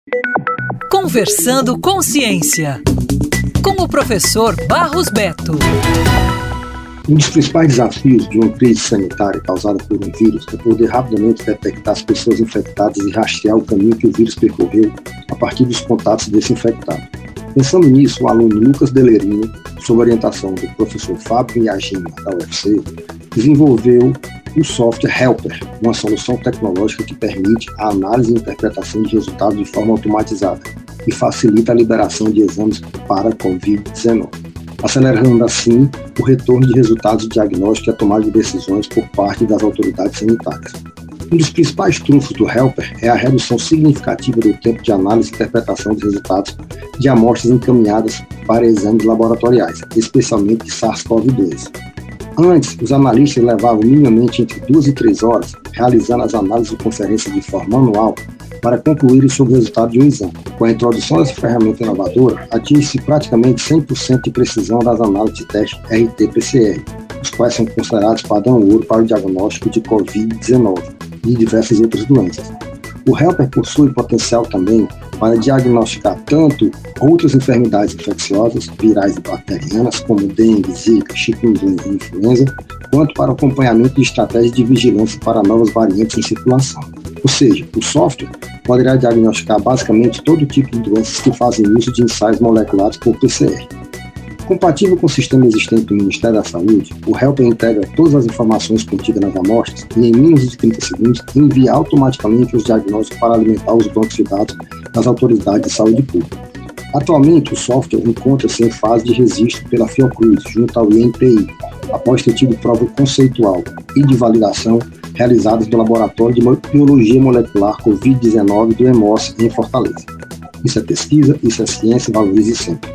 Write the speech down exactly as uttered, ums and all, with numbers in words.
Conversando com Ciência, com o professor Barros Beto. Um dos principais desafios de uma crise sanitária causada por um vírus é poder rapidamente detectar as pessoas infectadas e rastrear o caminho que o vírus percorreu a partir dos contatos desse infectado. Pensando nisso, o aluno Lucas Delerini, sob orientação do professor Fábio Miyajima, da U F C, desenvolveu o software Helper, uma solução tecnológica que permite a análise e interpretação de resultados de forma automatizada e facilita a liberação de exames para a covid dezenove, acelerando assim o retorno de resultados de diagnóstico e a tomada de decisões por parte das autoridades sanitárias. Um dos principais trunfos do Helper é a redução significativa do tempo de análise e interpretação dos resultados de amostras encaminhadas para exames laboratoriais, especialmente de SARS-CoV dois. Antes, os analistas levavam minimamente entre duas e três horas realizando as análises de conferência de forma manual para concluírem sobre o resultado de um exame. Com a introdução dessa ferramenta inovadora, atinge-se praticamente cem por cento de precisão das análises de teste R T P C R, os quais são considerados padrão ouro para o diagnóstico de covid dezenove e diversas outras doenças. O Helper possui potencial também para diagnosticar tanto outras enfermidades infecciosas, virais e bacterianas, como dengue, zika, chikungunya e influenza, quanto para o acompanhamento de estratégias de vigilância para novas variantes em circulação. Ou seja, o software poderá diagnosticar basicamente todo tipo de doenças que fazem uso de ensaios moleculares por P C R. Compatível com o sistema existente do Ministério da Saúde, o Helper integra todas as informações contidas nas amostras e, em menos de trinta segundos, envia automaticamente os diagnósticos para alimentar os bancos de dados das autoridades de saúde pública. Atualmente, o software encontra-se em fase de registro pela Fiocruz, junto ao I N P I, após ter tido prova conceitual e de validação realizadas no Laboratório de Biologia Molecular covid dezenove do EMOS, em Fortaleza. Isso é pesquisa, isso é ciência, valorize sempre.